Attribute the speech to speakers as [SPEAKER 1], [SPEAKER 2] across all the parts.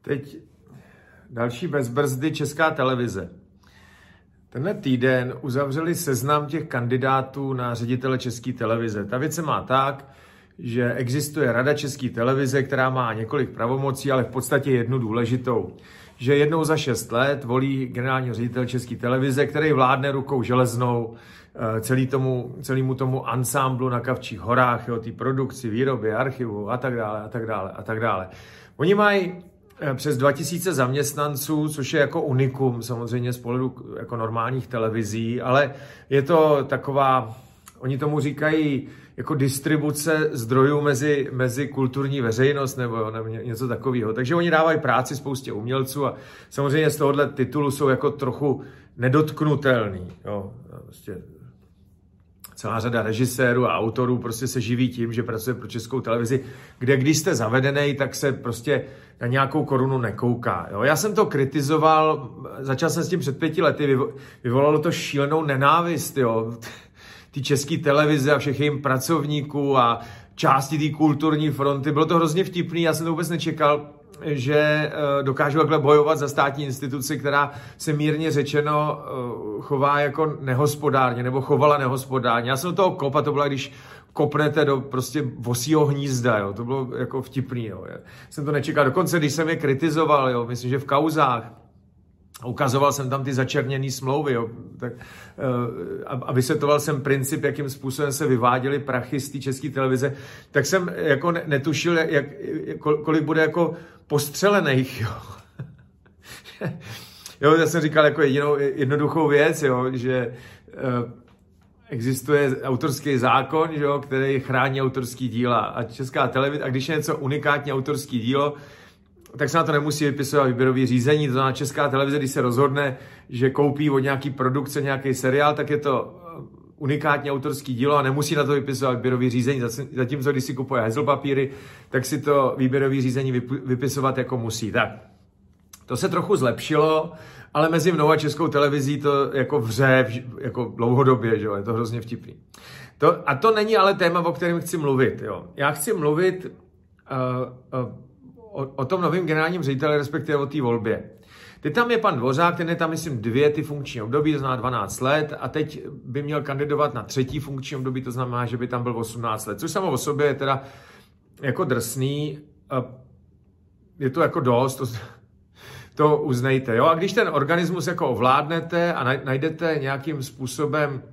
[SPEAKER 1] Teď další bez brzdy Česká televize. Tenhle týden uzavřeli seznam těch kandidátů na ředitele České televize. Ta věc se má tak, že existuje Rada České televize, která má několik pravomocí, ale v podstatě jednu důležitou. Že jednou za 6 let volí generální ředitel České televize, který vládne rukou železnou celému tomu ansámblu na Kavčích horách, té produkci, výrobě, archivu a tak dále, a tak dále, a tak dále. Oni mají přes 2000 zaměstnanců, což je jako unikum samozřejmě z pohledu jako normálních televizí, ale je to taková, oni tomu říkají jako distribuce zdrojů mezi kulturní veřejnost nebo něco takového. Takže oni dávají práci spoustě umělců a samozřejmě z tohohle titulu jsou jako trochu nedotknutelný. Jo. Prostě celá řada režisérů a autorů prostě se živí tím, že pracuje pro Českou televizi, kde když jste zavedený, tak se prostě na nějakou korunu nekouká. Jo. Já jsem to kritizoval, začal jsem s tím před 5 lety, vyvolalo to šílenou nenávist, jo. Ty České televize a všech jejím pracovníků a části té kulturní fronty. Bylo to hrozně vtipný, já jsem to vůbec nečekal, že dokážu takhle bojovat za státní instituci, která se mírně řečeno chová jako nehospodárně, nebo chovala nehospodárně. Já jsem do toho kopa, to bylo, když kopnete do prostě vosího hnízda, jo. To bylo jako vtipný, jo. Já jsem to nečekal. Dokonce, když jsem je kritizoval, jo, myslím, že v kauzách, ukazoval jsem tam ty začerněné smlouvy, jo, tak, a vysvětloval jsem princip, jakým způsobem se vyváděly prachy z té České televize, tak jsem jako netušil, kolik bude jako postřelených. Jo. Jo, já jsem říkal jako jednoduchou věc, jo, že existuje autorský zákon, jo, který chrání autorský díla a Česká televize, a když je něco unikátně autorský dílo, tak se na to nemusí vypisovat výběrový řízení. To znamená, Česká televize, když se rozhodne, že koupí od nějaký produkce nějaký seriál, tak je to unikátně autorský dílo a nemusí na to vypisovat výběrový řízení. Zatímco, když si kupuje hezlpapíry, tak si to výběrový řízení vypisovat jako musí. Tak, to se trochu zlepšilo, ale mezi mnou a Českou televizí to jako vře jako dlouhodobě, že jo? Je to hrozně vtipný. A to není ale téma, o kterém chci mluvit. Jo? Já chci mluvit o tom novém generálním řediteli, respektive o té volbě. Teď tam je pan Dvořák, ten je tam, myslím, 2 ty funkční období, to znamená 12 let, a teď by měl kandidovat na 3. funkční období, to znamená, že by tam byl 18 let, což samo o sobě je teda jako drsný, je to jako dost, to uznejte, jo, a když ten organismus jako ovládnete a najdete nějakým způsobem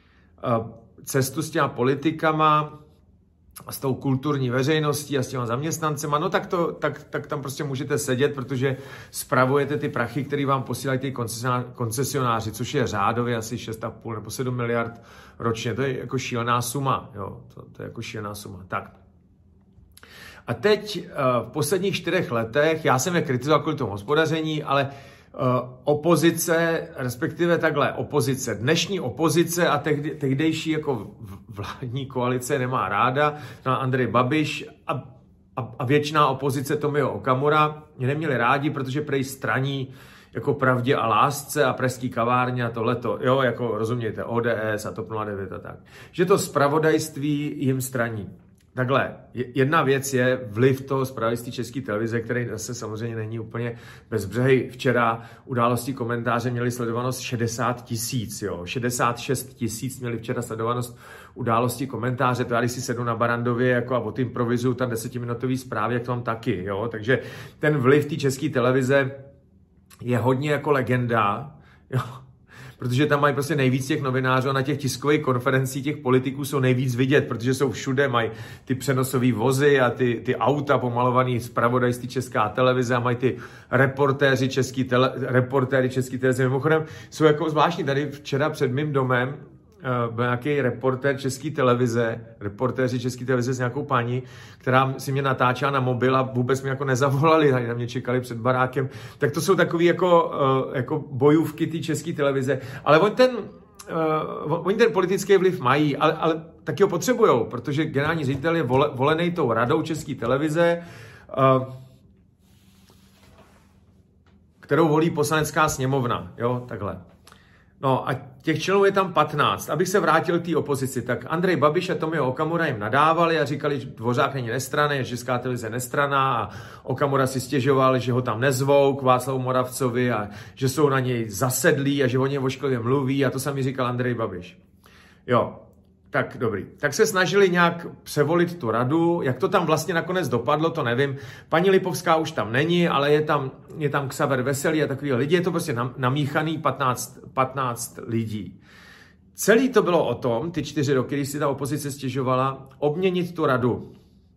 [SPEAKER 1] cestu s těma politikama, a s tou kulturní veřejností a s těma zaměstnancema, no tak tam prostě můžete sedět, protože spravujete ty prachy, které vám posílají ty koncesionáři, což je řádově asi 6,5 nebo 7 miliard ročně. To je jako šílená suma. Jo, to je jako šílená suma. Tak. A teď v posledních 4 letech, já jsem je kritizoval kvůli tomu hospodaření, ale opozice, respektive takhle, opozice, dnešní opozice a tehdejší jako vládní koalice nemá ráda, Andrej Babiš a většiná opozice Tomio Okamura mě neměli rádi, protože prej straní jako Pravdě a lásce a Pražský kavárně a tohleto, jo, jako rozumějte, ODS a TOP 09 a tak. Že to zpravodajství jim straní. Takhle, jedna věc je vliv toho zpravodajství České televize, který zase samozřejmě není úplně bezbřehej. Včera Události komentáře měli sledovanost 60 000, jo. 66 000 měli včera sledovanost Události komentáře. To já když si sednu na Barandově jako a odimprovizuju tam 10minutový zprávy, jak to mám taky, jo. Takže ten vliv té České televize je hodně jako legenda, jo. Protože tam mají prostě nejvíc těch novinářů a na těch tiskových konferencích těch politiků jsou nejvíc vidět, protože jsou všude, mají ty přenosové vozy a ty auta pomalovaný zpravodajství Česká televize a mají ty reportéři České televize. Mimochodem jsou jako zvláštní. Tady včera před mým domem byl nějaký reportéři České televize s nějakou paní, která si mě natáčela na mobil a vůbec mě jako nezavolali, tady na mě čekali před barákem. Tak to jsou takový jako bojůvky té České televize. Ale oni ten politický vliv mají, ale taky ho potřebujou, protože generální ředitel je volený tou radou České televize, kterou volí Poslanecká sněmovna. Jo, takhle. No a těch členů je tam 15. Abych se vrátil k té opozici, tak Andrej Babiš a Tomio Okamura jim nadávali a říkali, že Dvořák není nestranný, že Česká televize nestranná a Okamura si stěžoval, že ho tam nezvou k Václavu Moravcovi a že jsou na něj zasedlí a že o něm ošklivě mluví a to samý říkal Andrej Babiš. Jo, tak dobrý. Tak se snažili nějak převolit tu radu, jak to tam vlastně nakonec dopadlo, to nevím. Paní Lipovská už tam není, ale je tam Xaver Veselý a takový lidi, je to prostě namíchaný 15 lidí. Celý to bylo o tom, ty 4 roky, když si ta opozice stěžovala, obměnit tu radu,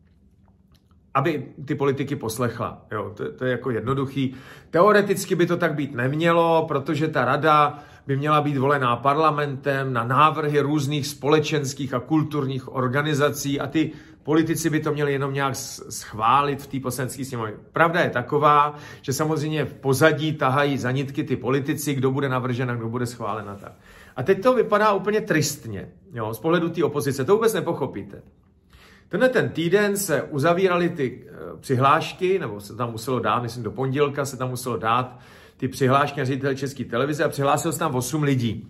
[SPEAKER 1] aby ty politiky poslechla. Jo, to je jako jednoduchý. Teoreticky by to tak být nemělo, protože ta rada by měla být volená parlamentem na návrhy různých společenských a kulturních organizací a ty politici by to měli jenom nějak schválit v té poslanecké sněmovně. Pravda je taková, že samozřejmě v pozadí tahají za nitky ty politici, kdo bude navržen a kdo bude schválen a tak. A teď to vypadá úplně tristně, jo, z pohledu té opozice. To vůbec nepochopíte. Ten týden se uzavíraly ty přihlášky, nebo se tam muselo dát, myslím do pondělka se tam muselo dát ty přihlášky na ředitele České televize a přihlásil se tam 8 lidí.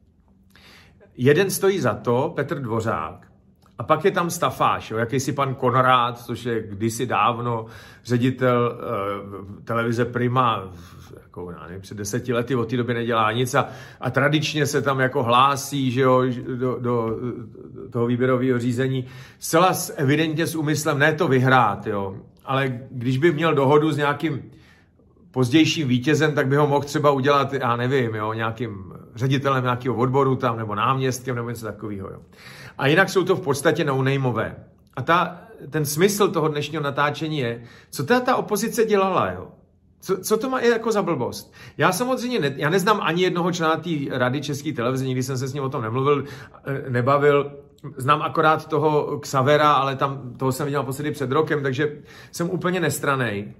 [SPEAKER 1] Jeden stojí za to, Petr Dvořák, a pak je tam stafáž, jakýsi pan Konrád, což je kdysi dávno ředitel televize Prima, jako, nevím, před 10 lety, od té doby nedělá nic a tradičně se tam jako hlásí, že jo, do toho výběrového řízení, zcela evidentně s úmyslem ne to vyhrát, jo, ale když by měl dohodu s nějakým pozdějším vítězem, tak by ho mohl třeba udělat, já nevím, jo, nějakým ředitelem nějakého odboru tam, nebo náměstkem, nebo něco takového. Jo. A jinak jsou to v podstatě no-nameové. A ten smysl toho dnešního natáčení je, co ta opozice dělala, jo. Co to má jako za blbost? Já samozřejmě, já neznám ani jednoho člena té rady České televize, nikdy jsem se s ním o tom nebavil, znám akorát toho Xavera, ale toho jsem viděl naposledy před rokem, takže jsem úplně nestrannej.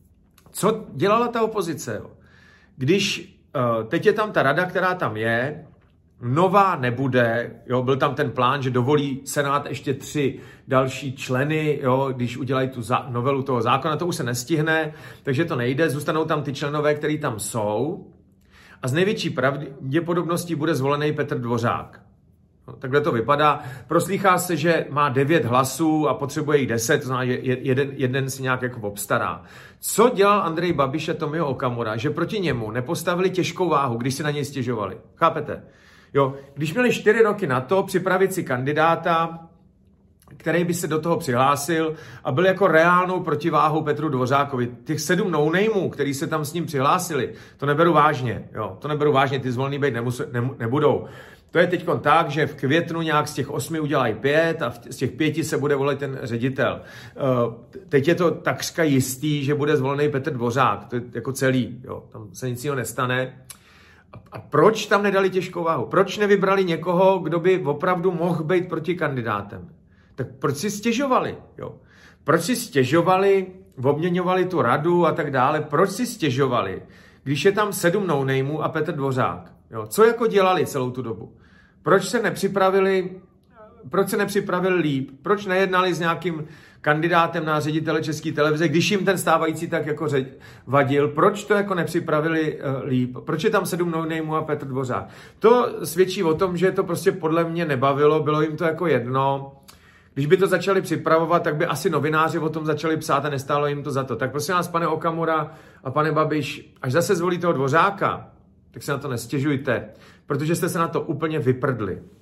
[SPEAKER 1] Co dělala ta opozice? Jo? Když teď je tam ta rada, která tam je, nová nebude, jo? Byl tam ten plán, že dovolí Senát ještě 3 další členy, jo? Když udělají tu novelu toho zákona, to už se nestihne, takže to nejde, zůstanou tam ty členové, kteří tam jsou a z největší pravděpodobností bude zvolený Petr Dvořák. No, takhle to vypadá. Proslýchá se, že má 9 hlasů a potřebuje jich 10, to znamená, že jeden si nějak jako obstará. Co dělal Andrej Babiš a Tomio Okamura, že proti němu nepostavili těžkou váhu, když si na něj stěžovali? Chápete? Jo, když měli 4 roky na to připravit si kandidáta, který by se do toho přihlásil a byl jako reálnou protiváhou Petru Dvořákovi. Těch 7 no-nameů, který se tam s ním přihlásili, to neberu vážně. Jo, to neberu vážně, ty zvolený být nebudou. To je teď tak, že v květnu nějak z těch 8 udělají 5 a z těch 5 se bude volit ten ředitel. Teď je to takřka jistý, že bude zvolený Petr Dvořák. To je jako celý. Jo. Tam se nic jiného nestane. A proč tam nedali těžkou váhu? Proč nevybrali někoho, kdo by opravdu mohl být protikandidátem? Tak proč si stěžovali? Jo? Proč si stěžovali, obměňovali tu radu a tak dále? Proč si stěžovali, když je tam 7 no-nameů a Petr Dvořák? Jo? Co jako dělali celou tu dobu? Proč se nepřipravili líp? Proč nejednali s nějakým kandidátem na ředitele České televize, když jim ten stávající tak jako vadil? Proč to jako nepřipravili líp? Proč je tam 7 no-nameů a Petr Dvořák? To svědčí o tom, že to prostě podle mě nebavilo, bylo jim to jako jedno. Když by to začali připravovat, tak by asi novináři o tom začali psát a nestálo jim to za to. Tak prosím vás, pane Okamura a pane Babiš, až zase zvolí toho Dvořáka, tak se na to nestěžujte, protože jste se na to úplně vyprdli.